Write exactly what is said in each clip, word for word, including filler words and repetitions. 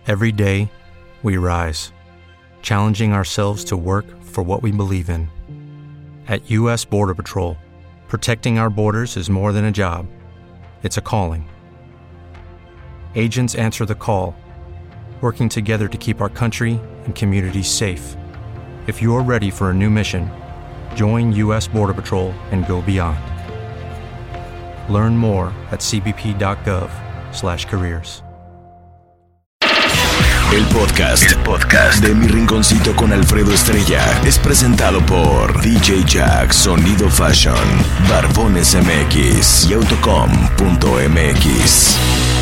Every day, we rise, challenging ourselves to work for what we believe in. At U S Border Patrol, protecting our borders is more than a job. It's a calling. Agents answer the call, working together to keep our country and communities safe. If you're ready for a new mission, join U S Border Patrol and go beyond. Learn more at c b p dot gov slash careers. El podcast, el podcast de Mi Rinconcito con Alfredo Estrella es presentado por D J Jack Sonido Fashion, Barbones M X y Autocom punto m x.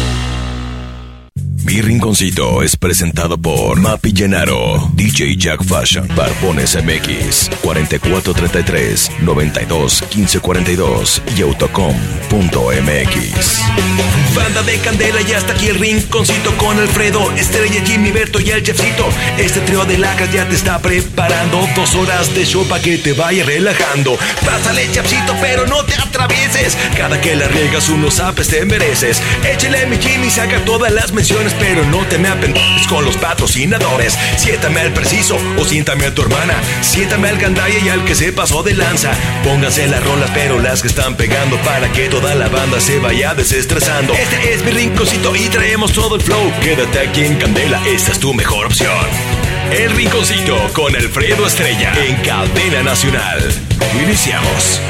Mi Rinconcito es presentado por Mapi Llenaro, D J Jack Fashion, Barbones M X, cuarenta y cuatro treinta y tres, noventa y dos, quince cuarenta y dos y Autocom punto m x. Banda de Candela, ya está aquí el Rinconcito con Alfredo, Estrella, Jimmy, Berto y el Chefcito. Este trío de lacras ya te está preparando dos horas de show pa' que te vaya relajando. Pásale, Chefcito, pero no te atravieses. Cada que la riegas unos apes te mereces. Échale mi Jimmy, saca todas las menciones, pero no te me apendejes con los patrocinadores. Siéntame al preciso o siéntame a tu hermana. Siéntame al gandaya y al que se pasó de lanza. Pónganse las rolas, pero las que están pegando, para que toda la banda se vaya desestresando. Este es Mi Rinconcito y traemos todo el flow. Quédate aquí en Candela, esta es tu mejor opción. El Rinconcito con Alfredo Estrella en Cadena Nacional. Iniciamos.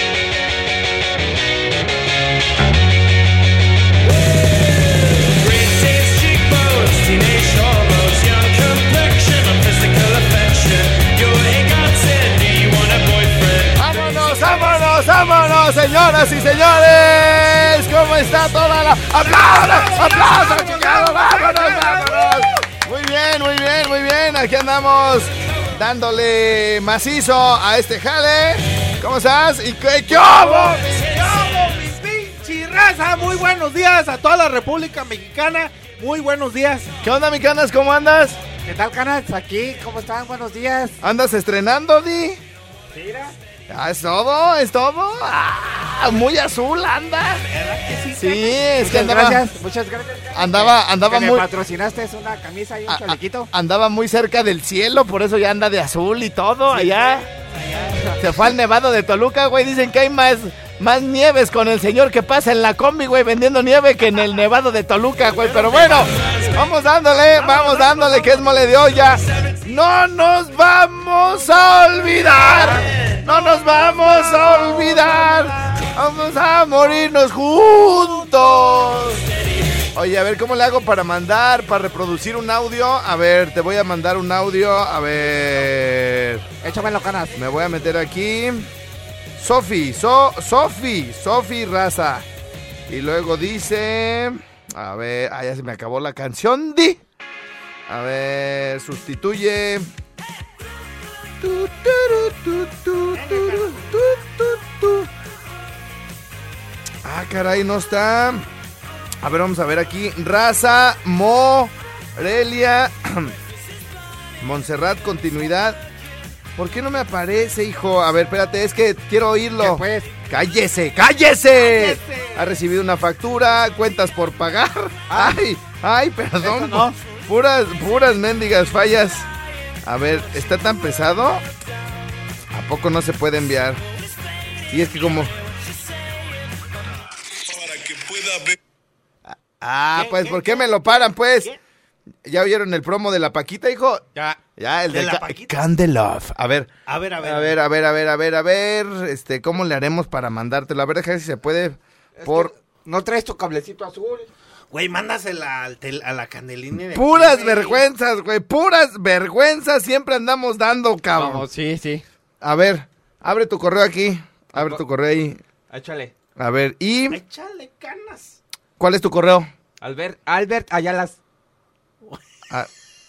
¡Vámonos, señoras y señores! ¿Cómo está toda la...? ¡Aplausos! ¡Aplausos, chicos! ¡Vámonos, vámonos! Muy bien, muy bien, muy bien. Aquí andamos dándole macizo a este jale. ¿Cómo estás? ¿Y qué, qué hubo? ¿Qué hubo, mi pinche raza? Muy buenos días a toda la República Mexicana. Muy buenos días. ¿Qué onda, mi canas? ¿Cómo andas? ¿Qué tal, canas? Aquí, ¿cómo están? Buenos días. ¿Andas estrenando, Di? Mira. Ah, ¿es todo? ¿Es todo? Ah, muy azul anda. ¿Verdad que sí? Sí, muchas es que andaba... Gracias, muchas gracias. Andaba, andaba que muy... me patrocinaste una camisa y un a, chalequito. A, andaba muy cerca del cielo, por eso ya anda de azul y todo, sí, allá. allá. Se fue al Nevado de Toluca, güey. Dicen que hay más, más nieves con el señor que pasa en la combi, güey, vendiendo nieve que en el Nevado de Toluca, güey. Pero bueno, vamos dándole, vamos dándole, que es mole de olla. No nos vamos a olvidar. No nos vamos a olvidar. Vamos a morirnos juntos. Oye, a ver, ¿cómo le hago para mandar, para reproducir un audio? A ver, te voy a mandar un audio. A ver. Échamelo, canas. Me voy a meter aquí. Sofi, so, Sofi, Sofi Raza. Y luego dice... A ver, ah, ya se me acabó la canción, Di. A ver, sustituye... Tu, tu, tu, tu, tu, tu, tu, tu. Ah, caray, no está. A ver, vamos a ver aquí. Raza, Morelia, Montserrat, continuidad. ¿Por qué no me aparece, hijo? A ver, espérate, es que quiero oírlo. ¿Qué pues? ¡Cállese, cállese! ¡Cállese! Ha recibido una factura, cuentas por pagar. Ah, ay, ay, perdón. No. Puras, puras mendigas fallas. A ver, ¿está tan pesado? ¿A poco no se puede enviar? Y es que como... Para que pueda ver. Ah, pues, ¿por qué me lo paran, pues? ¿Ya oyeron el promo de la Paquita, hijo? Ya. Ya, el de, de la ca- Paquita. Candelove. A ver. A ver, a ver. A ver, a ver, a ver, a ver, a ver. Este, ¿cómo le haremos para mandártelo? A ver, déjame ver si se puede Es por... ¿No traes tu cablecito azul? Güey, mándasela al tel- a la Candelini de Puras aquí, güey. vergüenzas, güey. Puras vergüenzas siempre andamos dando, cabrón. Vamos, sí, sí. A ver, abre tu correo aquí. Abre tu correo ahí. Échale. A ver, y... Échale, canas. ¿Cuál es tu correo? Albert, Albert Ayalas. Ah,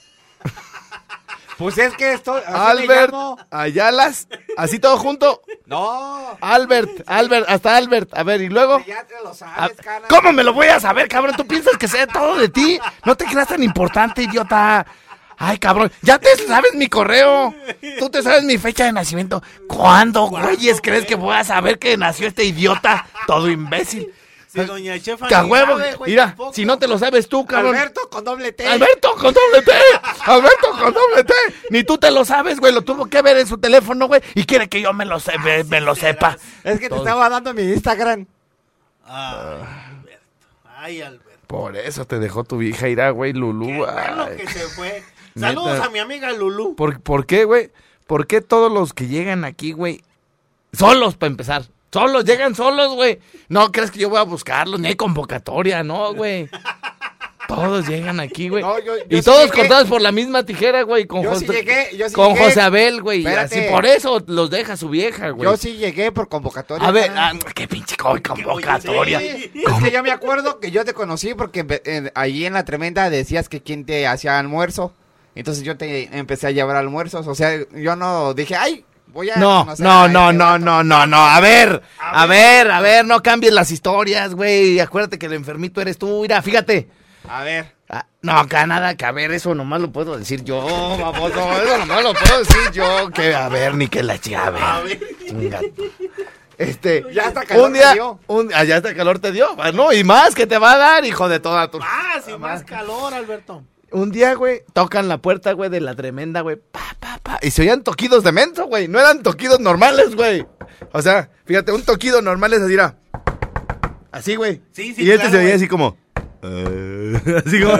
Pues es que esto... así me Albert llamo. Ayalas. ¿Así todo junto? No. Albert, Albert, hasta Albert. A ver, ¿y luego? Ya te lo Ah, sabes, canas. ¿Cómo me lo voy a saber, cabrón? ¿Tú piensas que sé todo de ti? No te creas tan importante, idiota. Ay, cabrón, ya te sabes mi correo. Tú te sabes mi fecha de nacimiento. ¿Cuándo, güeyes, crees que voy a saber que nació este idiota? Todo imbécil. Si doña Chefa ¡Que a ni huevo! sabe, güey, Mira, tampoco. si no te lo sabes tú, cabrón. Alberto con doble T. ¡Alberto con doble T! ¡Alberto con doble T! Ni tú te lo sabes, güey. Lo tuvo que ver en su teléfono, güey. Y quiere que yo me lo, se- me, me lo sepa. Es que te Todo. estaba dando mi Instagram. Ay, Alberto. Ay, Alberto. Por eso te dejó tu hija ir a, güey, Lulú. Qué bueno ay. que se fue. Saludos Neta. a mi amiga Lulú. ¿Por, ¿Por qué, güey? ¿Por qué todos los que llegan aquí, güey? Solos, para empezar. Solos, llegan solos, güey. No crees que yo voy a buscarlos, ni hay convocatoria, no, güey. Todos llegan aquí, güey. No, yo- yo y sí todos llegué. cortados por la misma tijera, güey. Con, Yo José, sí llegué, yo sí con llegué. José Abel, güey. y Espérate. Así por eso los deja su vieja, güey. Yo sí llegué por convocatoria. A ver, ah, carnal. qué pinche co- convocatoria. Sí. Es que yo me acuerdo que yo te conocí porque empe- en- allí en la tremenda decías que quién te hacía almuerzo. Entonces yo te empecé a llevar almuerzos. O sea, yo no dije, ay, voy a. No, conocer no, a no, este no, vato". no, no, no. A ver, a ver, a ver, no cambies las historias, güey. Acuérdate que el enfermito eres tú. Mira, fíjate. A ver. Ah, no, acá nada que a ver, eso nomás lo puedo decir yo, baboso, eso nomás lo puedo decir yo, que a ver, ni que la chica, a ver, A ver. chinga. Este, Ya hasta calor un día, te dio. un, ah, ya hasta calor te dio, ah, no, y más que te va a dar, hijo de toda tu... Ah, sin más calor, Alberto. Un día, güey, tocan la puerta, güey, de la tremenda, güey, pa, pa, pa, y se oían toquidos de menso, güey, no eran toquidos normales, güey, o sea, fíjate, un toquido normal es así, mira, así, güey, Sí, sí, y este claro, se veía güey. así como... Eh, así como...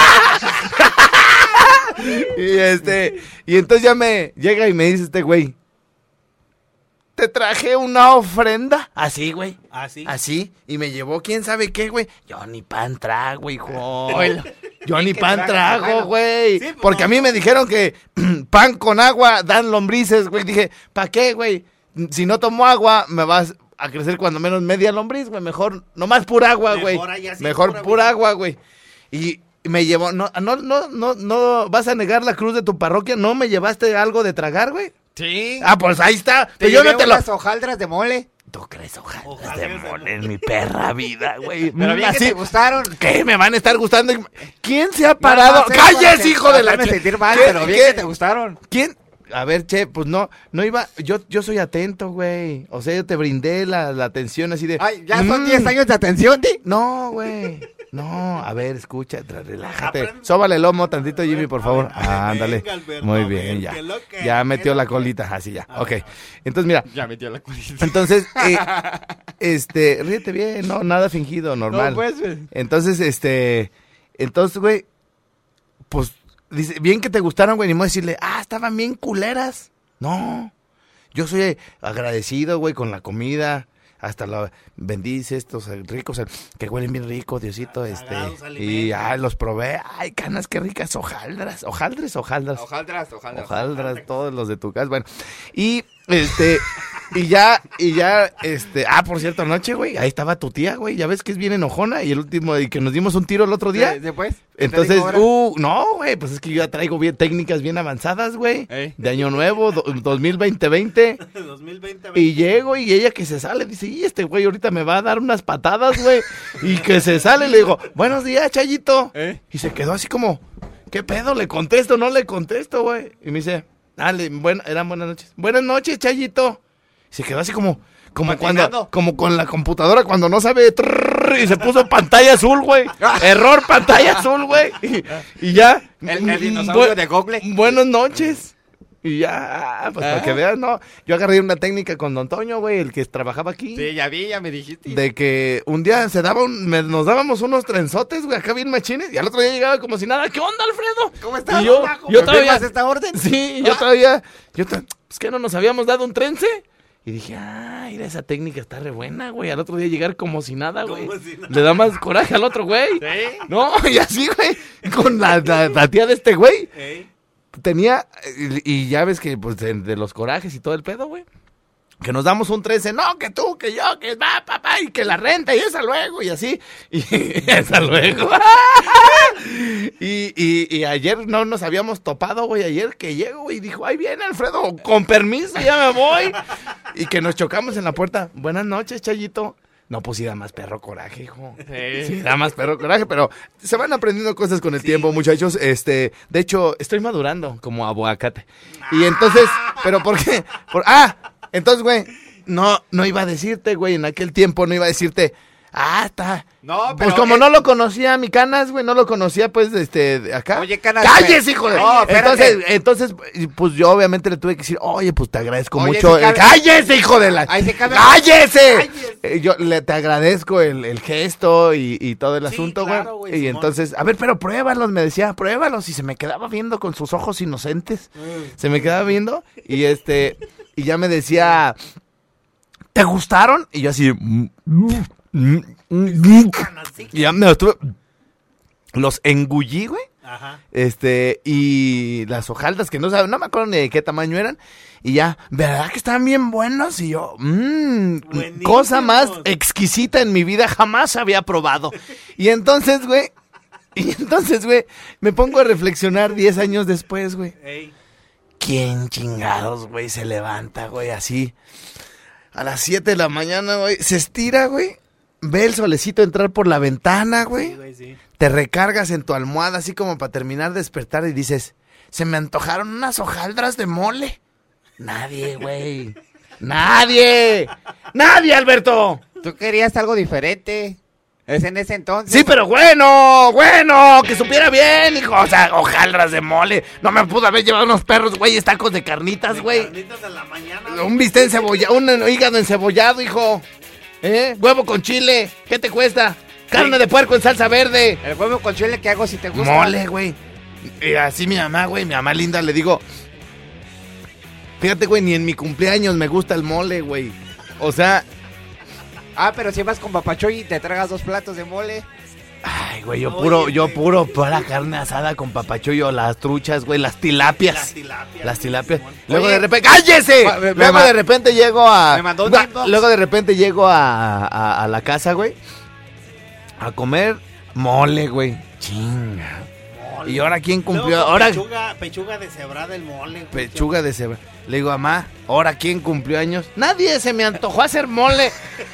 y este, y entonces ya me llega y me dice este güey, te traje una ofrenda, así, güey, Así. así, y me llevó quién sabe qué, güey, yo ni pan trago, hijo, yo ni pan tragas, trago, bueno. güey, Sí, pues, porque no. a mí me dijeron que pan con agua dan lombrices, güey, dije, ¿pa' qué, güey? Si no tomo agua, me vas a crecer cuando menos media lombriz, güey, mejor, nomás pura agua, güey, Mejor ahí así, mejor pura pura agua. agua, güey, y me llevó, no, no, no, no, no, vas a negar la cruz de tu parroquia, ¿no me llevaste algo de tragar, güey? Sí. Ah, pues ahí está, Te pero yo llevé no te lo... unas hojaldras de mole. ¿Tú crees hojas Hojas de de mole en mi perra vida, güey? Pero bien que Así- te gustaron. ¿Qué? ¿Me van a estar gustando? ¿Quién se ha parado? Nada más es ¡Calles, para hijo de la hacerme ch- sentir mal, ¿Qué- pero bien qué- que te gustaron. ¿Quién? A ver, che, pues no, no iba, yo, yo soy atento, güey. O sea, yo te brindé la, la atención así de... Ay, ya son mm, diez años de atención, ¿sí? No, güey. No, a ver, escucha, tra- relájate. Aprende. Sóbale el lomo tantito, Jimmy, por a favor. ver, a ver, Ah, ándale. venga, Alberto, Muy a bien, ver, ya. ¿qué lo que- Ya qué metió lo la que- colita, así ya. A Ok. ver. Entonces, mira, Ya metió la colita. entonces, eh, este, ríete bien, no, nada fingido, normal. No, pues, güey. Entonces, este, entonces, güey, pues, dice, bien que te gustaron, güey, ni modo de decirle, ah, estaban bien culeras. No, yo soy agradecido, güey, con la comida, hasta la bendice estos eh, ricos, eh, que huelen bien rico, Diosito, este, Sagrados y, alimentos. ah, los probé, ay, canas, qué ricas, hojaldras, hojaldres, hojaldras. Hojaldras, hojaldras. Hojaldras, todos los de tu casa, bueno. Y, este, y ya, y ya, este, ah, por cierto, anoche, güey, ahí estaba tu tía, güey, ya ves que es bien enojona, y el último, y que nos dimos un tiro el otro día. ¿De- Después. ¿Qué te Entonces, digo ahora? uh, no, güey, pues es que yo ya traigo bien técnicas bien avanzadas, güey, Ey. de año nuevo, do- dos mil veinte veinte. dos mil veinte. Y llego y ella que se sale, dice, y este güey ahorita me va a dar unas patadas, güey. Y que se sale, le digo, buenos días, Chayito. ¿Eh? Y se quedó así como, ¿qué pedo? ¿Le contesto? No le contesto, güey. Y me dice, dale, bueno, eran buenas noches. Buenas noches, Chayito. Y se quedó así como, como cuando, Patinando. como con la computadora cuando no sabe, trrr, y se puso pantalla azul, güey. Error, pantalla azul, güey. Y, y ya. El, el dinosaurio Bu- de Google. Buenas noches. Y ya, pues para Ah. que veas, ¿no? Yo agarré una técnica con Don Toño, güey, el que trabajaba aquí. Sí, ya vi, ya me dijiste. De que un día se daba un, me- nos dábamos unos trenzotes, güey, acá bien machines, y al otro día llegaba como si nada, ¿qué onda, Alfredo? ¿Cómo estás? Y yo, Bajo? yo ¿Me todavía, firmas esta orden? sí, yo todavía, yo ta- pues que no nos habíamos dado un trence. Y dije, ah, mira, esa técnica está re buena, güey. Al otro día llegar como si nada, güey. Como si nada. Le da más coraje al otro güey. No, y así, güey, con la, la, la tía de este güey. Ey. Tenía, y, y ya ves que, pues, de, de los corajes y todo el pedo, güey. Que nos damos un trece, no, que tú, que yo, que va, papá, y que la renta, y esa luego, y así. Y esa luego. y, y, y ayer no nos habíamos topado, güey, ayer que llego y dijo, ahí viene Alfredo, con permiso, ya me voy. Y que nos chocamos en la puerta. Buenas noches, Chayito. No, pues sí da más perro coraje, hijo. Sí, da más perro coraje, pero se van aprendiendo cosas con el tiempo, muchachos. Este, de hecho, estoy madurando como aguacate. Y entonces, ¿pero por qué? Por, ah, entonces, güey, no, no iba a decirte, güey, en aquel tiempo no iba a decirte, Ah, está. No, pero pues como eh, no lo conocía mi Canas, güey, no lo conocía pues este de acá. Oye, Canas. ¡Calles, hijo de! No, espérate. entonces, entonces, pues yo obviamente le tuve que decir, oye, pues te agradezco Oye, mucho. se cabe- ¡Cállese, hijo de la! Ahí se cabe- ¡Cállese! Cállese. Eh, Yo le te agradezco el, el gesto y, y todo el Sí, asunto, claro, güey. güey, Y Simón. entonces, a ver, pero pruébalos, me decía, pruébalos. Y se me quedaba viendo con sus ojos inocentes. Se me quedaba viendo y este, y ya me decía, ¿te gustaron? Y yo así, mm, mm, mm, mm, y ya me los tuve, los engullí, güey. Ajá. Este, y las hojaldas que no saben, no me acuerdo ni de qué tamaño eran. Y ya, ¿verdad que estaban bien buenos? Y yo, mmm, Buenísimos. cosa más exquisita en mi vida, jamás había probado. Y entonces, güey, y entonces, güey, me pongo a reflexionar diez años después, güey. Ey. ¿Quién chingados, güey, se levanta, güey, así? A las siete de la mañana, güey, se estira, güey, ve el solecito entrar por la ventana, Sí, güey. güey, sí. Te recargas en tu almohada así como para terminar de despertar y dices, se me antojaron unas hojaldras de mole. Nadie, güey. Nadie. Nadie, Alberto. Tú querías algo diferente. Es en ese entonces. Sí, pero bueno, bueno, que supiera bien, hijo. O sea, hojaldras de mole. No me pudo haber llevado unos perros, güey, tacos de carnitas, güey. Carnitas en la mañana. Un bistec encebollado, un hígado encebollado, hijo. ¿Eh? Huevo con chile. ¿Qué te cuesta? Carne de puerco en salsa verde. El huevo con chile que hago si te gusta. Mole, güey. Y así mi mamá, güey, mi mamá linda, le digo, fíjate, güey, ni en mi cumpleaños me gusta el mole, güey. O sea, Ah, pero si vas con papachoy y te tragas dos platos de mole. ay, güey, yo Oye, puro, yo güey. puro para carne asada con papachoyo, las truchas, güey, las tilapias. Las tilapias. Las tilapias. Simón. Luego Oye, de repente, ¡cállese! ma- me- Luego me- de repente llego a. me mandó un Gua- inbox. Luego de repente llego a, a, a la casa, güey. A comer mole, güey. Chinga. Mole. ¿Y ahora quién cumplió? Luego, Ahora. Pechuga, pechuga de cebrada el mole. güey. Pechuga de cebra. Le digo, mamá, ¿ahora quién cumplió años? Nadie, se me antojó hacer mole.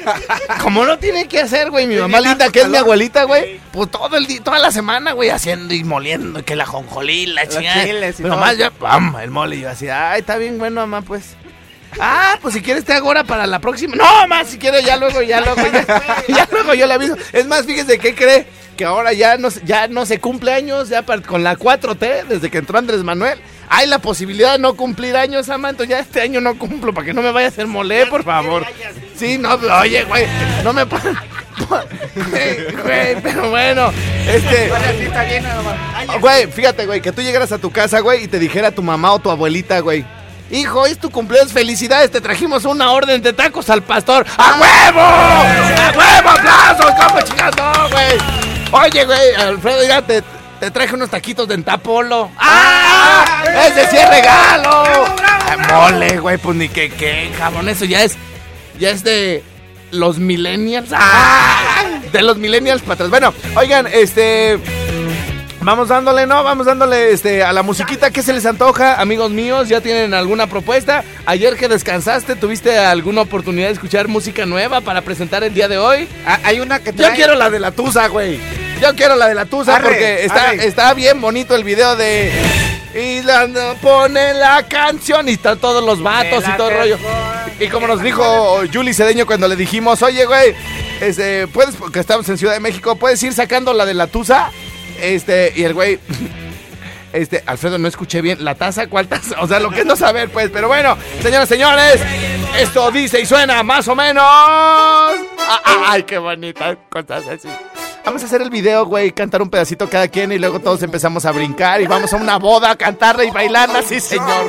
Como no tiene que hacer, güey. Mi Sí, mamá bien linda, harto que es mi calor. abuelita, güey. Sí. Pues todo el día, toda la semana, güey, haciendo y moliendo. Y que la jonjolí, la Los chingada. chiles y Pero todo. más ya, pam, el mole. Y yo así, ay, está bien bueno, mamá, pues. Ah, pues si quieres te hago ahora para la próxima. No, más, si quieres ya luego, ya luego, ya, ya luego yo le aviso. Es más, fíjese, ¿qué cree? Que ahora ya no, se- ya no se cumple años, ya para- con la cuatro T, desde que entró Andrés Manuel. Hay la posibilidad de no cumplir años, Samantha. Ya este año no cumplo, para que no me vaya a hacer mole, por favor. Sí, no, pero, oye, güey, no me... pa- pa- Güey, güey, pero bueno, este... Ahora sí está bien, nada más. Güey, fíjate, güey, que tú llegaras a tu casa, güey, y te dijera tu mamá o tu abuelita, güey, hijo, es tu cumpleaños, felicidades, te trajimos una orden de tacos al pastor. ¡A huevo! ¡A huevo, aplausos! ¿Cómo chingas no, güey? Oye, güey, Alfredo, ya te, te traje unos taquitos de Entapolo. ¡Ah! ¡Ese sí es regalo! Ah, mole, güey, pues ni que qué, cabrón, eso ya es, ya es de los millennials. ¡Ah! De los millennials para atrás. Bueno, oigan, este... Vamos dándole, ¿no? Vamos dándole este, a la musiquita. ¿Qué se les antoja, amigos míos? ¿Ya tienen alguna propuesta? Ayer que descansaste, ¿tuviste alguna oportunidad de escuchar música nueva para presentar el día de hoy? Ah, hay una que Yo trae... quiero la de la Tusa, güey. Yo quiero la de la Tusa Arre, porque está, arre. está bien bonito el video de... Y la, pone la canción y están todos los vatos y todo el rollo. Y como nos dijo Juli Cedeño cuando le dijimos, oye, güey, este, puedes, porque estamos en Ciudad de México, ¿puedes ir sacando la de la Tusa? Este, y el güey, este, Alfredo, no escuché bien, ¿la taza? ¿Cuál taza? O sea, lo que es no saber, pues, pero bueno, señoras, señores, esto dice y suena más o menos. Ah, ah, ay, qué bonitas cosas así. Vamos a hacer el video, güey, cantar un pedacito cada quien y luego todos empezamos a brincar y vamos a una boda a cantarla y bailarla, sí, señor.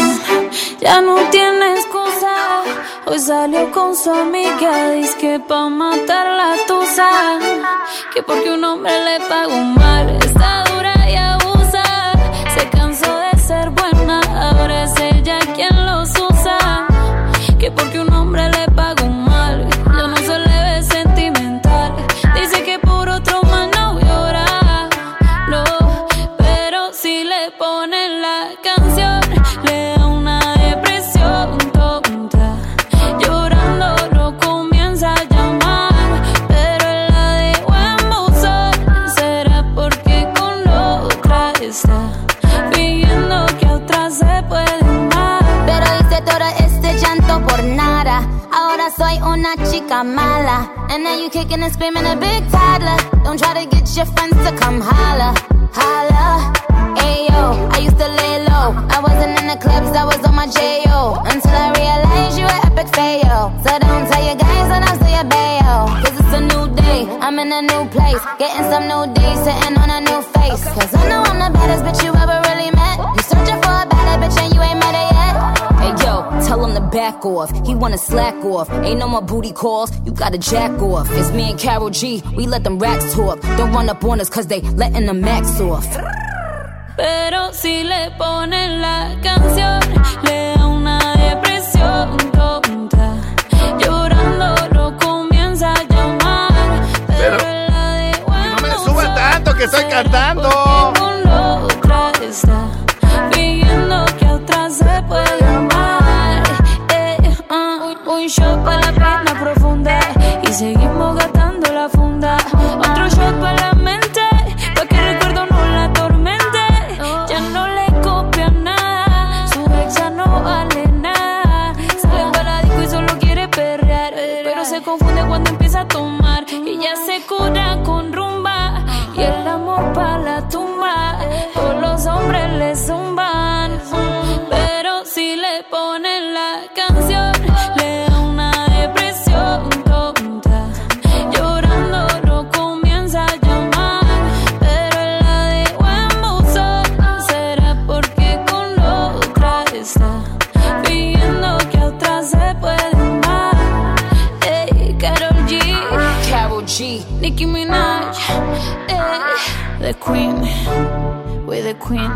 Ya no tiene excusa. Hoy salió con su amiga, dice que pa' matar la tusa, que porque un hombre le pagó mal, está dura y abusa. Se cansó de ser buena, ahora es ella quien los usa, que porque un hombre le pagó mal, ya no se le ve sentimental. Dice que por otro mal no llora, no, pero si le ponen la canción, le da una depresión tonta. Llorando lo comienza a llamar, pero él la dejó en buzón. Será porque con otra está fingiendo que a otra se puede amar. Pero hice todo este llanto por nada. Ahora soy una chica mala. And now you kicking and screaming a big toddler. Don't try to get your friends to come holla, holla. Ayo, I used to lay low. I wasn't in the clubs, I was on my J O. Until I realized you were epic fail. So don't tell your guys when I'm still your bayo. Cause it's a new day, I'm in a new place. Getting some new days, sitting on a new face. Cause I know I'm the baddest bitch you ever really met. You searching for a better bitch and you ain't met her yet. Hey yo, tell him to back off. He wanna slack off. Ain't no more booty calls, you gotta jack off. It's me and Karol G, we let them racks talk. Don't run up on us cause they letting the max off. Pero si le ponen la canción, le da una depresión tonta. Llorando lo comienza a llamar. Pero, pero la de no me suba tanto que estoy cantando. Con la otra está fingiendo que a otra se puede amar. Eh, uh, un shot para la pena profunda y seguimos gastando la funda. Otro shot para la mente, pa' que el recuerdo no la atormente. Ya no le copia nada, su ex ya no vale nada. Sale para disco y solo quiere perrear, pero se confunde cuando empieza a tomar. Y ya se cura con rumba y el amor pa' la tumba. Todos los hombres le zumban, pero si le ponen la canción, le da una depresión tonta. Llorando lo comienza a llamar, pero la de buen buzón. Será porque con otra está fingiendo que a otra se puede amar. Ey, Karol G, Karol G, Nicki Minaj, ey, the queen, we're the queen.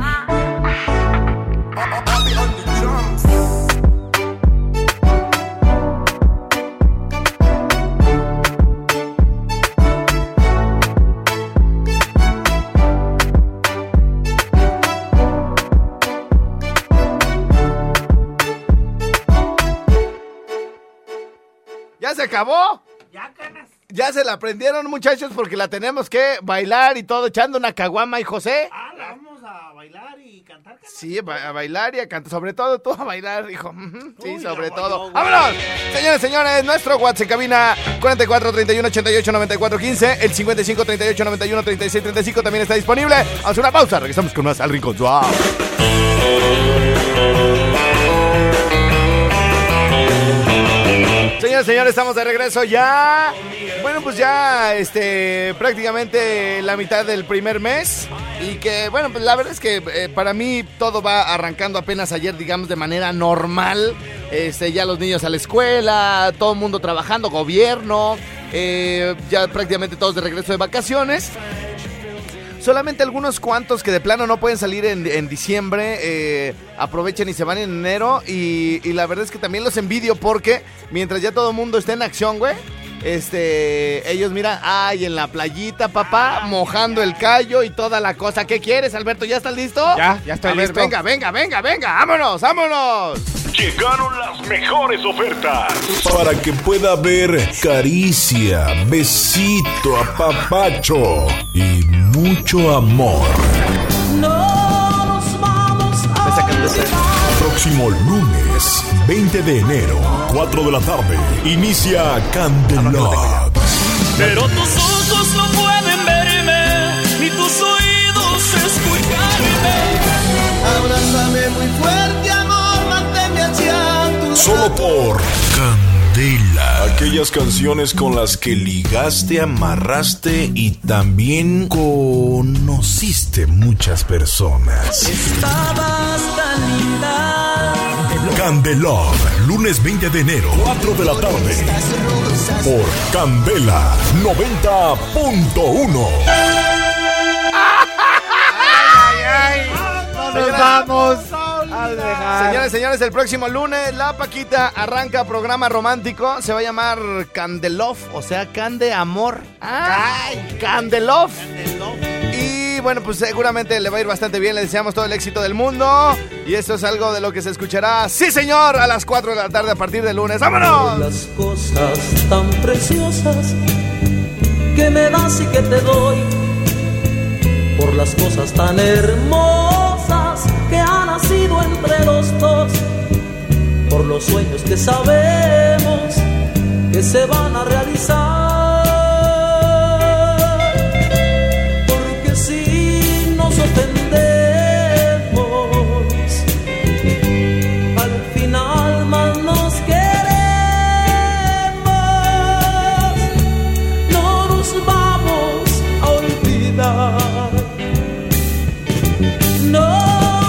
¿Ya se acabó? Ya, canas. ¿Ya se la aprendieron, muchachos? Porque la tenemos que bailar y todo, echando una caguama y José. Ah, la vamos a bailar y cantar, canas. Sí, a bailar y a cantar. Sobre todo tú a bailar, hijo. Sí, Uy, sobre no, todo. yo, ¡Vámonos! Señores, señores, nuestro WhatsApp en cabina cuarenta y cuatro, treinta y uno, ochenta y ocho, noventa y cuatro, quince. El cincuenta y cinco, treinta y ocho, noventa y uno, treinta y seis, treinta y cinco también está disponible. Vamos a hacer una pausa. Regresamos con más al Rincón Suave. Señores, señores, estamos de regreso ya. Bueno, pues ya este prácticamente la mitad del primer mes. Y que, bueno, pues la verdad es que eh, para mí todo va arrancando apenas ayer, digamos, de manera normal. Este, ya los niños a la escuela, todo el mundo trabajando, gobierno, eh, ya prácticamente todos de regreso de vacaciones. Solamente algunos cuantos que de plano no pueden salir en, en diciembre, eh, aprovechan y se van en enero. Y, y la verdad es que también los envidio porque mientras ya todo el mundo está en acción, güey, este, ellos miran, ay, en la playita, papá, mojando el callo y toda la cosa. ¿Qué quieres, Alberto? ¿Ya estás listo? Ya, ya estoy A ver, listo. venga, venga, venga, venga, vámonos, vámonos. Llegaron las mejores ofertas. Para que pueda haber caricia, besito, apapacho y mucho amor. No nos vamos a Próximo lunes, veinte de enero, cuatro de la tarde, inicia Candelab. Pero tus ojos no pueden verme, ni tus oídos escucharme. Abrázame muy fuerte, amor, manténme hacia tu lado. Solo por Candela. Aquellas canciones con las que ligaste, amarraste y también conociste muchas personas. Estabas tan linda. Candelab, lunes veinte de enero, cuatro de la tarde. Por Candela noventa punto uno. Ay, ay, No nos Señora- vamos a dejar. Señores, señores, el próximo lunes la Paquita arranca programa romántico. Se va a llamar Candelove, o sea, Cande Amor. Ay, Candelove. Y bueno, pues seguramente le va a ir bastante bien. Le deseamos todo el éxito del mundo. Y esto es algo de lo que se escuchará, sí señor, a las cuatro de la tarde a partir del lunes. ¡Vámonos! Las cosas tan preciosas que me das y que te doy, por las cosas tan hermosas que han nacido entre los dos, por los sueños que sabemos que se van a realizar. Porque si nos ofendemos, al final más nos queremos. No nos vamos a olvidar. No.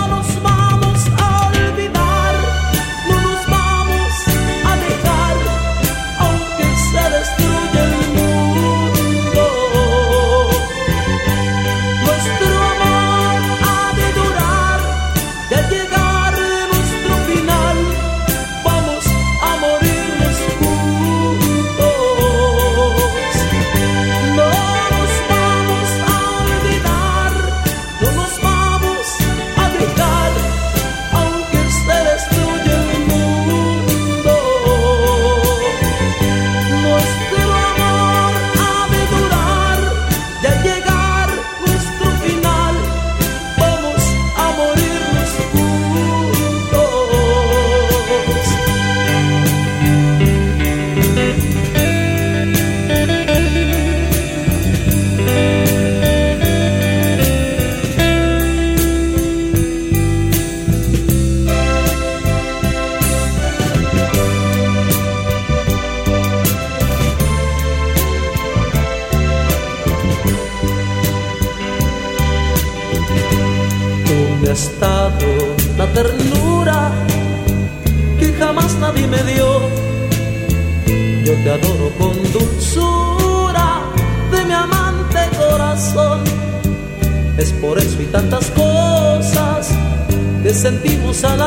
Estado la ternura que jamás nadie me dio. Yo te adoro con dulzura de mi amante corazón. Es por eso y tantas cosas que sentimos al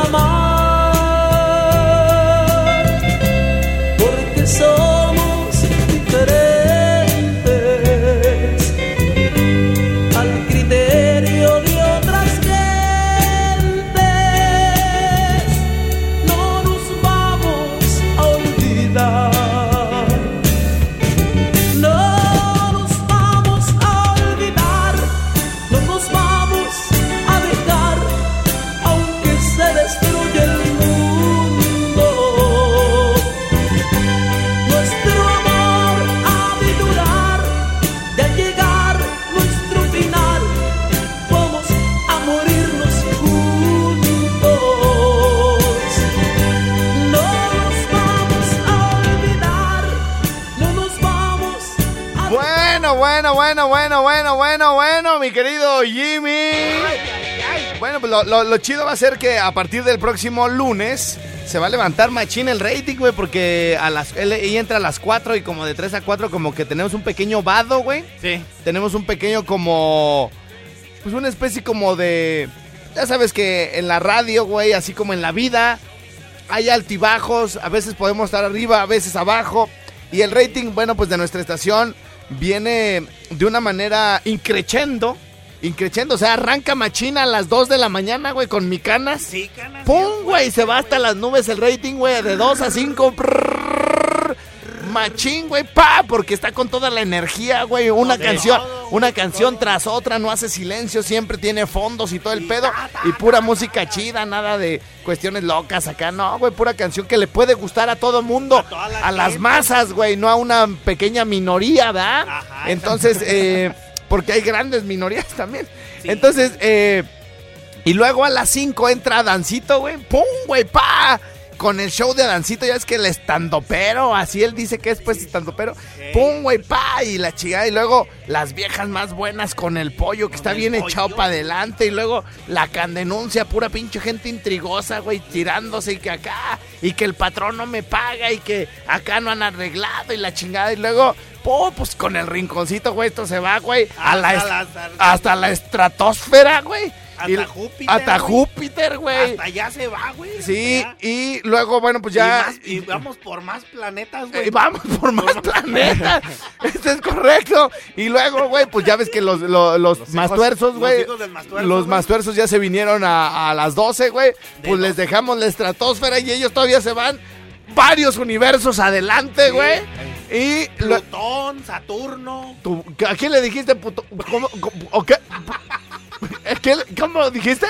amar, porque somos diferentes al criterio de Bueno, bueno, bueno, bueno, bueno, bueno, mi querido Jimmy. Ay, ay, ay. Bueno, pues lo, lo, lo chido va a ser que a partir del próximo lunes se va a levantar machín el rating, güey, porque a las, él, ella entra a las cuatro y como de tres a cuatro como que tenemos un pequeño vado, güey. Sí. Tenemos un pequeño como, pues una especie como de, ya sabes que en la radio, güey, así como en la vida, hay altibajos, a veces podemos estar arriba, a veces abajo. Y el rating, bueno, pues de nuestra estación viene de una manera increchendo, increchendo, o sea, arranca machina a las dos de la mañana, güey, con mi canas. Sí, canas. ¡Pum, güey! Se va hasta las nubes el rating, güey, de dos a cinco. Machín, güey, pa, porque está con toda la energía, güey, una de canción, todo, una güey, canción todo. tras otra, no hace silencio, siempre tiene fondos y todo el Y pedo, ta, ta, y pura ta, música ta, chida, nada de cuestiones locas acá, no, güey, pura canción que le puede gustar a todo mundo, A toda la a las gente. masas, güey, no a una pequeña minoría, ¿verdad? Ajá, Entonces, eh, porque hay grandes minorías también, Sí. entonces, eh, y luego a las cinco entra Dancito, güey, pum, güey, pa, con el show de Dancito, ya es que el estandopero, así él dice que es pues estandopero, pum, güey, pa, y la chingada, y luego las viejas más buenas con el pollo, que Con está el bien pollo. echado para adelante, y luego la candenuncia, pura pinche gente intrigosa, güey, tirándose, y que acá, y que el patrón no me paga, y que acá no han arreglado, y la chingada, y luego, pum, pues con el rinconcito, güey, esto se va, güey, a la Hasta est- las- hasta la estratosfera, güey. Hasta Y- Júpiter, Hasta güey. Júpiter, güey. Hasta allá se va, güey. Sí, hasta allá. y luego, bueno, pues Y, ya... más- y vamos por más planetas, güey. Eh, vamos por más planetas. Esto es correcto. Y luego, güey, pues ya ves que los, los, los, Los más hijos- tuerzos, los güey. hijos del más tuerzo, Los güey. más tuerzos ya se vinieron a, a las doce, güey. Pues les doce. dejamos la estratosfera y ellos todavía se van varios universos adelante, Sí. güey. Y... lo- Plutón, Saturno. tú- ¿A quién le dijiste, puto? ¿Cómo? ¿Cómo, o qué? ¿Qué- ¿Cómo dijiste?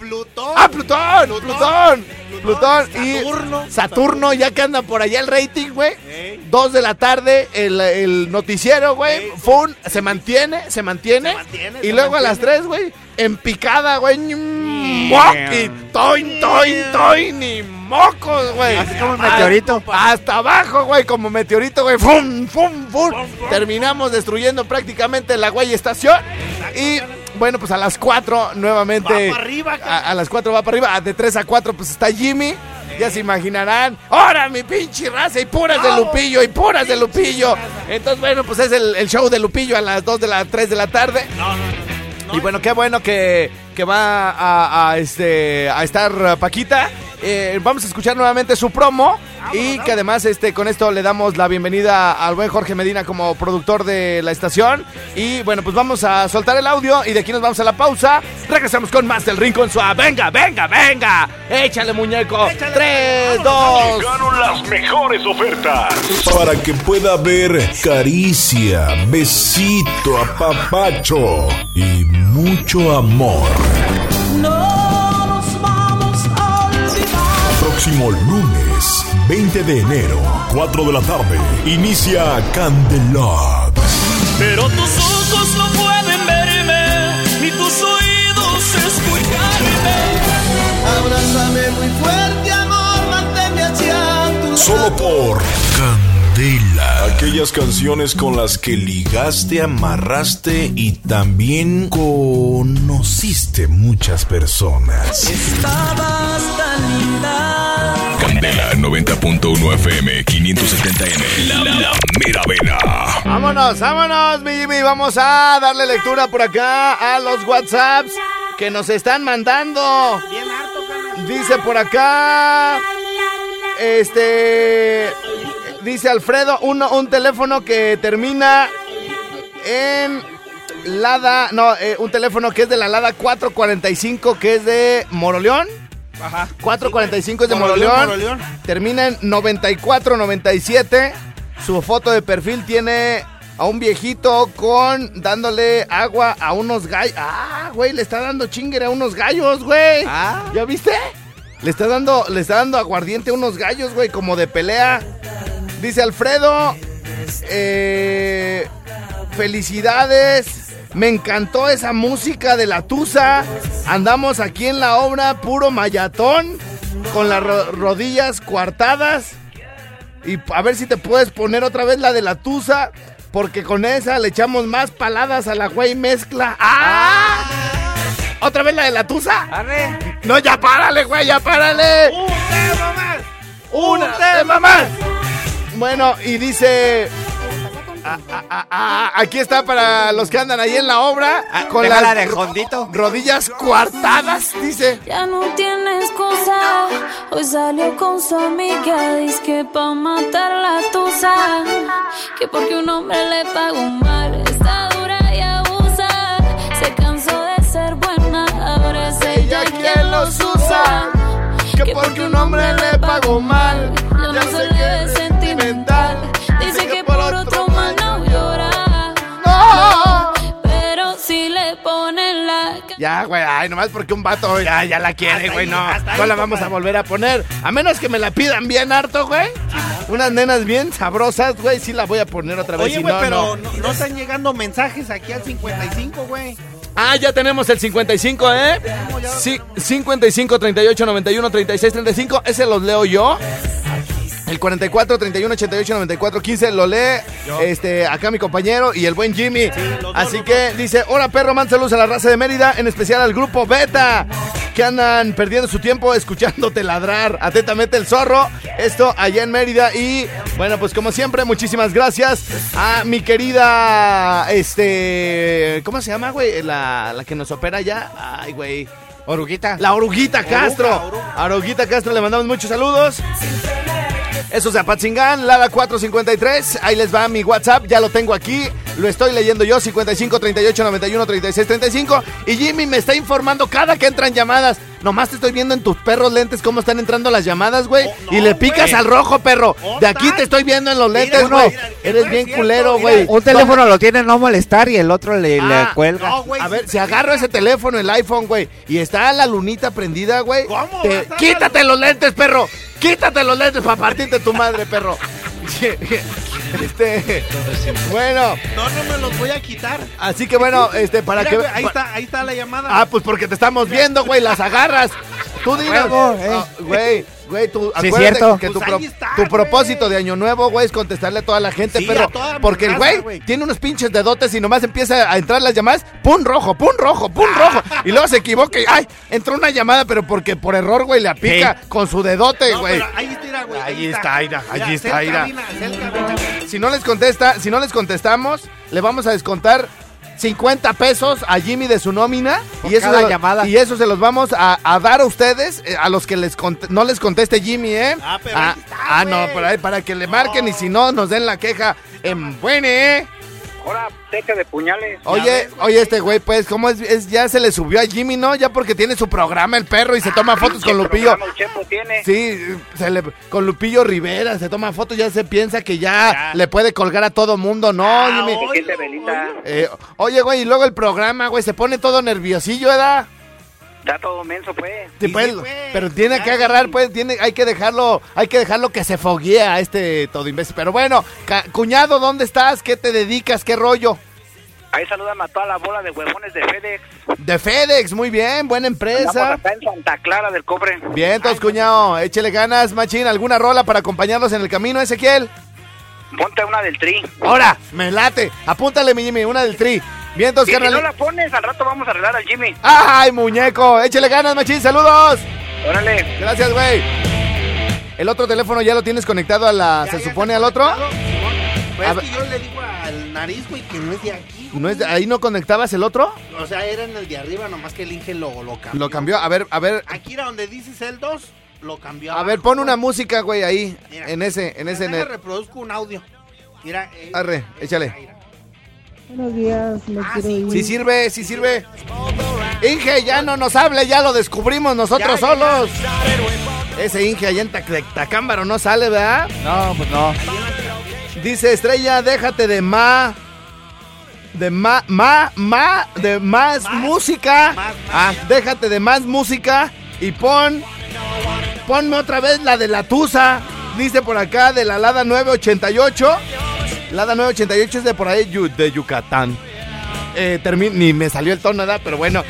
Plutón. ¡Ah, Plutón! Plutón, Plutón, Plutón. Saturno. Y Saturno, ya que anda por allá el rating, güey. Dos de la tarde, el, el noticiero, güey. Fun, se mantiene, se mantiene. Se mantiene y se luego mantiene. a las tres, güey, en picada, güey. Yeah. Y toin, toin, toin, ni mocos, güey. Así como un meteorito. Hasta, hasta abajo, güey, como meteorito, güey. Fum, fum, fum. Terminamos destruyendo prácticamente la güey estación. Y bueno, pues a las cuatro nuevamente. Va para arriba, a, a las cuatro va para arriba. De tres a cuatro, pues está Jimmy. Ya se imaginarán. ¡Ahora mi pinche raza! Y puras de Lupillo, y puras de Lupillo. Entonces, bueno, pues es el, el show de Lupillo a las dos de la tres de la tarde. No, no, no. No, y bueno, qué bueno que, que va a, a, este, a estar Paquita. Eh, vamos a escuchar nuevamente su promo. Y que además este, con esto le damos la bienvenida al buen Jorge Medina como productor de la estación. Y bueno, pues vamos a soltar el audio y de aquí nos vamos a la pausa. Regresamos con más del Rincón Suave. Venga, venga, venga. Échale, muñeco. Échale, Tres, vámonos, dos. Llegaron las mejores ofertas. Para que pueda haber caricia, besito, apapacho y mucho amor. No nos vamos a olvidar. Próximo lunes, veinte de enero, cuatro de la tarde, inicia Candelab. Pero tus ojos no pueden verme, ni tus oídos escucharme. Abrázame muy fuerte, amor, manténme hacia tu lado. Solo por Candela. Aquellas canciones con las que ligaste, amarraste y también conociste muchas personas. Estabas tan linda. Candela noventa punto uno F M, quinientos setenta M, la, la mera vena. Vámonos, vámonos, mi Jimmy. Vamos a darle lectura por acá a los WhatsApps que nos están mandando. Bien harto, carnal. Dice por acá, este, dice Alfredo, uno, un teléfono que termina en Lada, no, eh, un teléfono que es de la Lada cuatro cuarenta y cinco, que es de Moroleón. Ajá. cuatro cuarenta y cinco es de Moroleón, Moroleón. Moroleón. Termina en noventa y cuatro noventa y siete. Su foto de perfil tiene a un viejito con dándole agua a unos gallos. Ah, güey, le está dando chingere a unos gallos, güey. Ah. ¿Ya viste? Le está dando, le está dando aguardiente a unos gallos, güey, como de pelea. Dice Alfredo, eh, felicidades. Me encantó esa música de la Tusa. Andamos aquí en la obra puro mayatón, con las ro- rodillas coartadas. Y a ver si te puedes poner otra vez la de la Tusa, porque con esa le echamos más paladas a la güey mezcla. ¡Ah! ¿Otra vez la de la Tusa? Arre. No, ya párale, güey, ya párale. ¡Un tema más! Una tema más. Bueno, y dice... Ah, ah, ah, ah, aquí está para los que andan ahí en la obra con Déjala las de ro- Jondito. rodillas coartadas, dice. Ya no tienes excusa. Hoy salió con su amiga. Dice que pa' matar la tusa. Que porque un hombre le pagó mal. Está dura y abusa. Se cansó de ser buena. Ahora es ella quien los usa. Que porque un hombre le pagó mal. Yo no soy de sentimental. Dice que por otro mal no llora. No. Pero si le ponen la... Ya, güey, ay, nomás porque un vato ya, ya la quiere, Hasta güey, ahí, no. hasta ahí, No la vamos compadre. a volver a poner. A menos que me la pidan bien harto, güey. Unas nenas bien sabrosas, güey, sí la voy a poner otra vez. Oye, si güey, no, pero no. no, no están llegando mensajes aquí al cincuenta y cinco, güey. Ah, ya tenemos el cincuenta y cinco, ¿eh? Sí, cincuenta y cinco, treinta y ocho, noventa y uno, treinta y seis, treinta y cinco. Ese los leo yo. El cuarenta y cuatro, treinta y uno, ochenta y ocho, noventa y cuatro, quince lo lee este, acá mi compañero y el buen Jimmy. los dos, Así los que dice, hola perro, man, saludos a la raza de Mérida, en especial al grupo Beta, que andan perdiendo su tiempo escuchándote ladrar. Atentamente el zorro, esto allá en Mérida. Y bueno, pues como siempre, muchísimas gracias a mi querida, este, ¿cómo se llama, güey? La, la que nos opera allá. Ay, güey. Oruguita. La Oruguita Castro. Oruga, Oruga. A Oruguita Castro le mandamos muchos saludos. Eso es de Apatzingán, Lada cuatro cincuenta y tres. Ahí les va mi WhatsApp, ya lo tengo aquí. lo estoy leyendo yo, cincuenta y cinco, treinta y ocho, noventa y uno, treinta y seis, treinta y cinco. Y Jimmy me está informando cada que entran llamadas. Nomás te estoy viendo en tus perros lentes cómo están entrando las llamadas, güey. Oh, no, y le picas, güey, al rojo, perro. De aquí te estoy viendo en los lentes, güey. Eres bien cierto, culero, güey. Un teléfono lo tiene no molestar y el otro le, ah, le cuelga. No, güey, a ver, si agarro ese teléfono, el iPhone, güey, y está la lunita prendida, güey. ¿Cómo? Te... Quítate los lentes, perro. Quítate los lentes para partirte tu madre, perro. Este, bueno. No, no me los voy a quitar. Así que bueno, este, para Mira, que... Güey, ahí está, ahí está la llamada. Ah, pues porque te estamos viendo, güey, las agarras. Tú digas, güey, güey, tú sí, acuérdate cierto. que tu, Pues pro, está, tu propósito güey. de año nuevo, güey, es contestarle a toda la gente, sí, pero porque el güey, güey tiene unos pinches dedotes y nomás empieza a entrar las llamadas, pum rojo, pum rojo, pum rojo, y luego se equivoca y ay, entró una llamada, pero porque por error, güey, le apica sí. con su dedote, güey. No, ahí está, güey. Ahí está, Aira, allí está, Aira. Si no les contesta, si no les contestamos, le vamos a descontar cincuenta pesos a Jimmy de su nómina y eso, cada lo, llamada. y eso se los vamos a, a dar a ustedes, eh, a los que les cont- no les conteste Jimmy, ¿eh? Ah, pero ah, ahí está, ah no, para, para que le marquen no. Y si no, nos den la queja en buene, ¿eh? Ahora, teca de puñales. Oye, ves, oye, este güey, pues, ¿cómo es, es? Ya se le subió a Jimmy, ¿no? Ya porque tiene su programa el perro y se toma ah, fotos con Lupillo. Tiene? Sí, se le, con Lupillo Rivera se toma fotos, ya se piensa que ya, ya. le puede colgar a todo mundo, ¿no, ah, Jimmy? Oye, eh, oye, güey, y luego el programa, güey, se pone todo nerviosillo, ¿verdad? Está todo menso, pues. Sí, pues, sí, pues. Pero tiene ya, que agarrar, sí. pues, tiene, hay que dejarlo, hay que dejarlo que se foguee a este todo imbécil. Pero bueno, ca- cuñado, ¿dónde estás? ¿Qué te dedicas? ¿Qué rollo? Ahí saludame a toda la bola de huevones de FedEx. De FedEx, muy bien, buena empresa. Estamos acá en Santa Clara del Cobre. Bien, entonces, cuñado, échele ganas, machín. ¿Alguna rola para acompañarnos en el camino, Ezequiel? Ponte una del Tri. Ahora, me late. Apúntale, mi Jimmy, una del Tri. Bien, entonces, y carnal. Si no la pones, al rato vamos a arreglar al Jimmy. ¡Ay, muñeco! Échele ganas, machín, saludos. Órale. Gracias, güey. ¿El otro teléfono ya lo tienes conectado a la... Ya, se ya supone al otro? Pues es que yo le digo al nariz, güey, que no es de aquí. ¿No es de, ¿Ahí no conectabas el otro? O sea, era en el de arriba, nomás que el Inge lo, lo cambió. Lo cambió, a ver, a ver. Aquí era donde dices el dos, lo cambió. A abajo, ver, pon güey. una música, güey, ahí, Mira, en ese, en ese... Mira, reproduzco un audio. Mira. Eh, Arre, échale. Mira. Buenos días, me Ah, quiero sí, ir. Sí sirve, sí sirve. Inge, ya no nos hable, ya lo descubrimos nosotros Ya, solos. ya. Ese Inge allá en Tac- Tacámbaro no sale, ¿verdad? No, pues no. Dice Estrella, déjate de ma... De ma... Ma... Ma... De más, Más, música. más, más. Ah, déjate de más música y pon... Ponme otra vez la de la Tusa. Dice por acá de la Lada nueve ochenta y ocho. Lada nueve ochenta y ocho es de por ahí Yu- de Yucatán. Eh, termi- ni me salió el tono, ¿verdad? Pero bueno.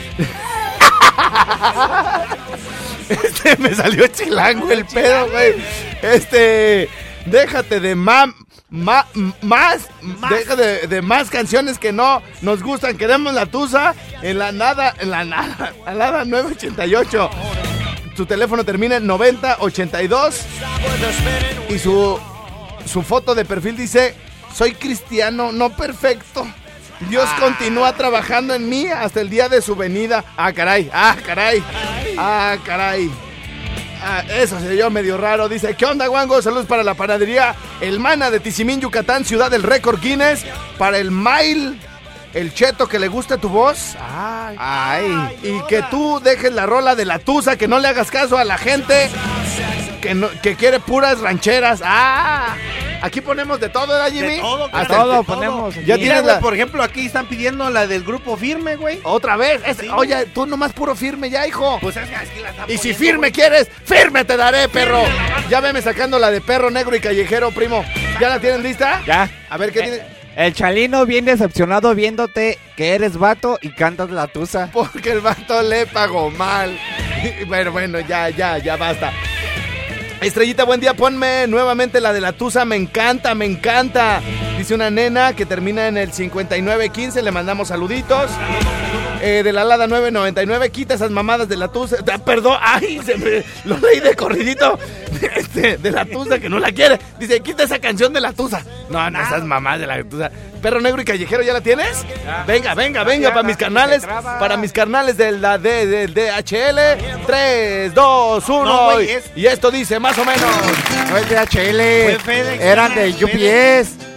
Este me salió chilango el pedo, güey. Este, déjate de ma, ma, más, Más. déjate de, de más canciones que no nos gustan. Queremos la Tusa en la nada, en la nada, la Lada nueve ochenta y ocho. Su teléfono termina en noventa ochenta y dos y su su foto de perfil dice: soy cristiano, no perfecto. Dios continúa trabajando en mí hasta el día de su venida. Ah, caray, ah, caray, ah, caray. Ah, eso se dio medio raro. Dice: ¿qué onda, guango? Saludos para la panadería El Mana de Tizimín, Yucatán, ciudad del récord Guinness. Para el Mail, el cheto que le gusta tu voz. Ay, ay. Y que tú dejes la rola de la Tusa, que no le hagas caso a la gente que, no, que quiere puras rancheras. Ah, aquí ponemos de todo, ¿verdad, Jimmy? De todo, Hasta Hasta todo de ponemos. Ya Mira, tienes güey, la... por ejemplo, aquí están pidiendo la del grupo Firme, güey. Otra vez. Es- Sí. Oye, tú nomás puro firme ya, hijo. Pues es que aquí la están Y si poniendo, firme güey. quieres, firme te daré, perro. Firme la vas- Ya veme sacando la de perro negro y callejero, primo. ¿Ya la tienen lista? Ya. A ver, ¿qué Eh, tiene? El Chalino bien decepcionado viéndote que eres vato y cantas la Tusa. Porque el vato le pagó mal. Bueno, bueno, ya, ya, ya basta. Estrellita, buen día, ponme nuevamente la de la Tusa, me encanta, me encanta. Dice una nena que termina en el cincuenta y nueve quince, le mandamos saluditos. Eh, de la Lada nueve noventa y nueve, quita esas mamadas de la Tusa. Ah, perdón, ay, se me lo leí de corridito. Este, de la Tusa, que no la quiere. Dice, quita esa canción de la Tusa. No, no, esas mamadas de la Tusa. Perro negro y callejero, ¿ya la tienes? Venga, venga, venga, para mis carnales. Para mis carnales de la D, del D H L. tres, dos, uno. No, güey, es- Y esto dice más o menos. No es de H L. Fue FedEx, Eran de FedEx. U P S.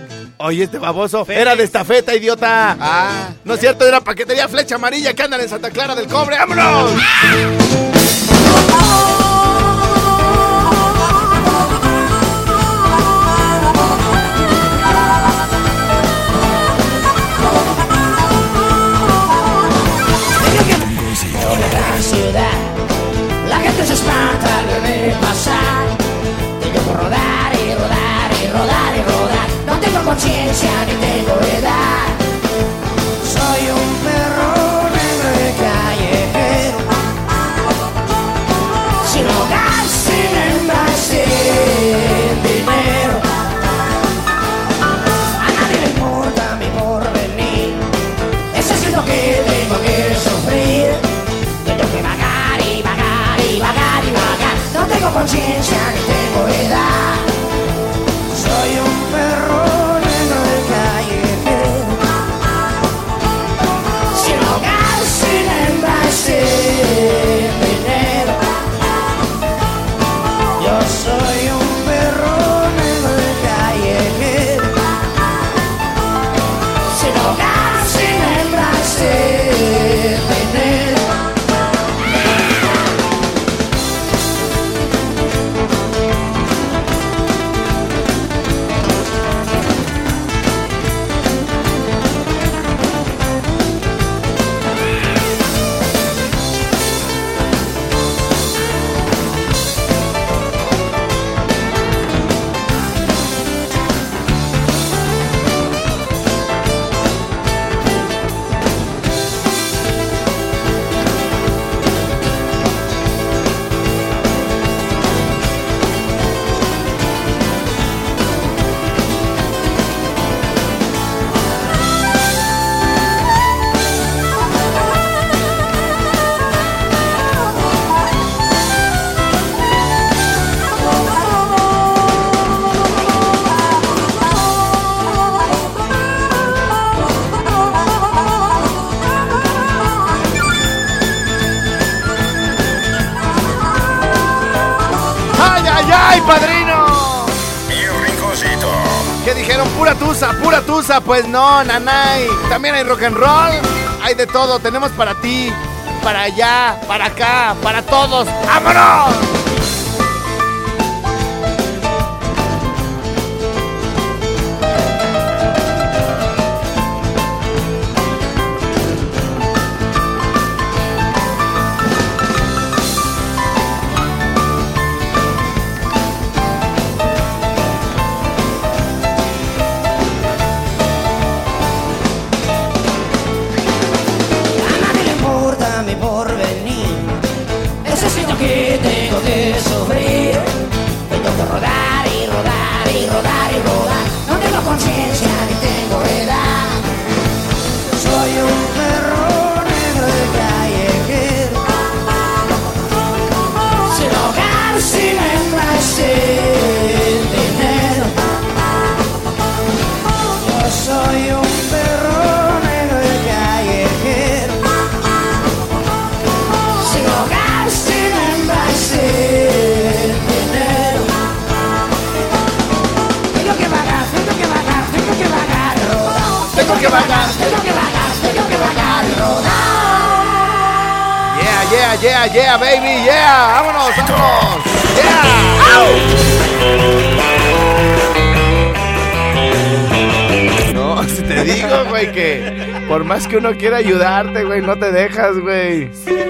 Oye, este baboso, Félix. Era de estafeta, idiota. Ah. No es cierto, era paquetería Flecha Amarilla que andan en Santa Clara del Cobre. ¡Vámonos! Ciudad, la gente se espanta al verme pasar. Tengo que rodar y rodar y rodar y rodar. No tengo conciencia ni tengo edad. Soy un perro negro de callejero, sin hogar, sin hembra, sin dinero. A nadie le importa mi porvenir. Eso es lo que tengo que sufrir. No tengo conciencia ni tengo edad. Soy un perro negro de callejero, sin hogar, sin hembra, sin dinero. Yo soy un perro negro de callejero, sin hogar, sin hembra, sin dinero. ¡Padrino! Y rinconcito. ¿Qué dijeron? Pura tusa, pura tusa. Pues no, nanay. También hay rock and roll. Hay de todo. Tenemos para ti, para allá, para acá, para todos. ¡Vámonos! Yeah, yeah, yeah, baby, yeah. Vámonos, vámonos. Yeah. No, si te digo, güey, que por más que uno quiera ayudarte, güey, no te dejas, güey.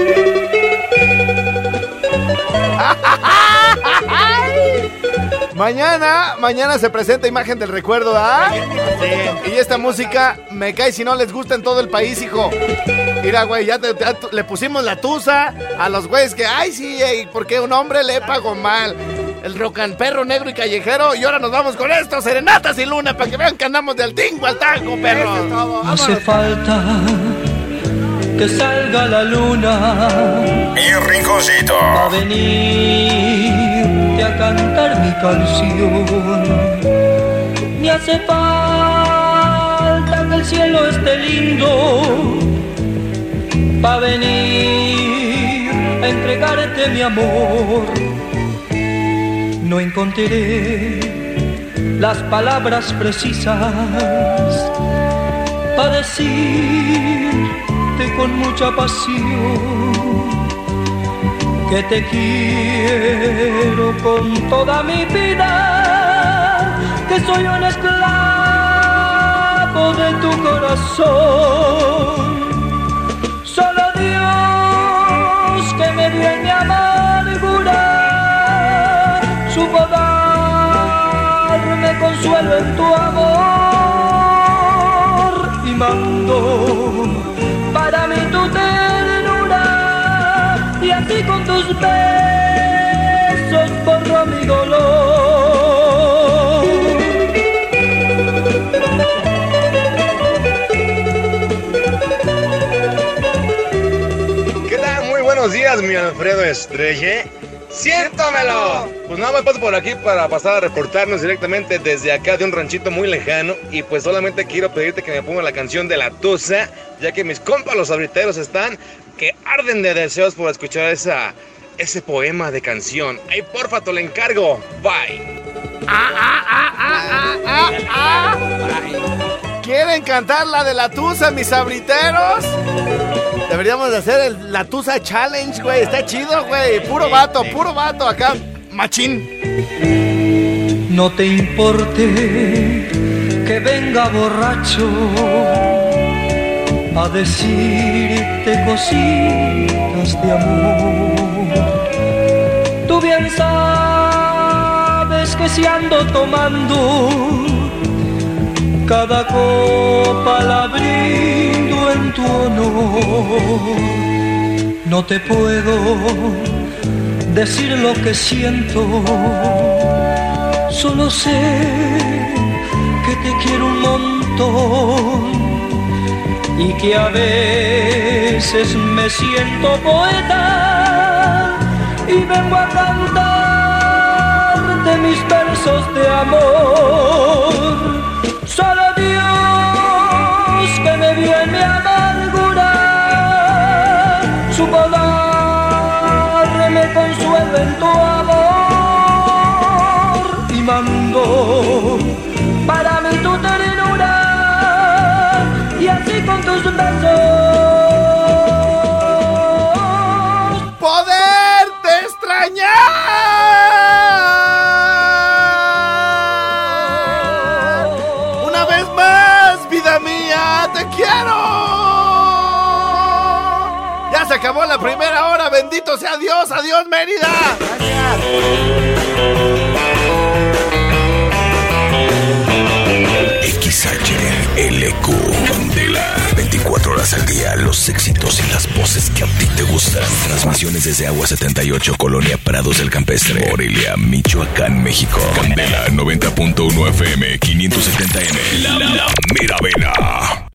Mañana, mañana se presenta Imagen del Recuerdo, ¿ah? Sí. Y esta música me cae si no les gusta en todo el país, hijo. Mira, güey, ya, te, ya le pusimos la tusa a los güeyes que, ay, sí, ey, porque un hombre le pagó mal. El rocan perro negro y callejero. Y ahora nos vamos con esto, serenatas y luna, para que vean que andamos del tingo al tango, perro. Hace falta que salga la luna y un rinconcito a venirte a cantar mi canción. Me hace falta que el cielo esté lindo pa' venir a entregarte mi amor. No encontraré las palabras precisas para decirte con mucha pasión que te quiero con toda mi vida, que soy un esclavo de tu corazón. Solo Dios, que me dio en mi amargura, supo darme consuelo en tu amor y mandó para mí tu ternura, y así con tus besos borró mi dolor. ¿Qué tal? Muy buenos días, mi Alfredo Estrella. ¡Siéntamelo! Pues nada más paso por aquí para pasar a reportarnos directamente desde acá de un ranchito muy lejano. Y pues solamente quiero pedirte que me ponga la canción de La Tusa, ya que mis compas los abriteros están que arden de deseos por escuchar esa, ese poema de canción. Ay, porfa, te lo encargo. Bye. Ah, ah, ah, ah, ah, ah, ah. ¿Quieren cantar la de La Tusa, mis abriteros? Deberíamos de hacer el La Tusa Challenge, güey. Está chido, güey. Puro vato, puro vato acá. Machín. No te importe que venga borracho a decirte cositas de amor. Tú bien sabes que si ando tomando, cada copa la brindo en tu honor. No te puedo decir lo que siento, solo sé que te quiero un montón y que a veces me siento poeta y vengo a cantarte mis versos de amor. Solo Dios, que me vio en mi amargura, supo darme consuelo en tu amor y mandó para mí tu ternura, y así con tus besos poderte extrañar. Se acabó la primera hora, bendito sea Dios, adiós Mérida. X H L Q Candela, veinticuatro horas al día, los éxitos y las voces que a ti te gustan. Transmisiones desde Agua setenta y ocho, Colonia Prados del Campestre, Morelia, Michoacán, México. Candela noventa punto uno F M, quinientos setenta M, La, la Mera Vena.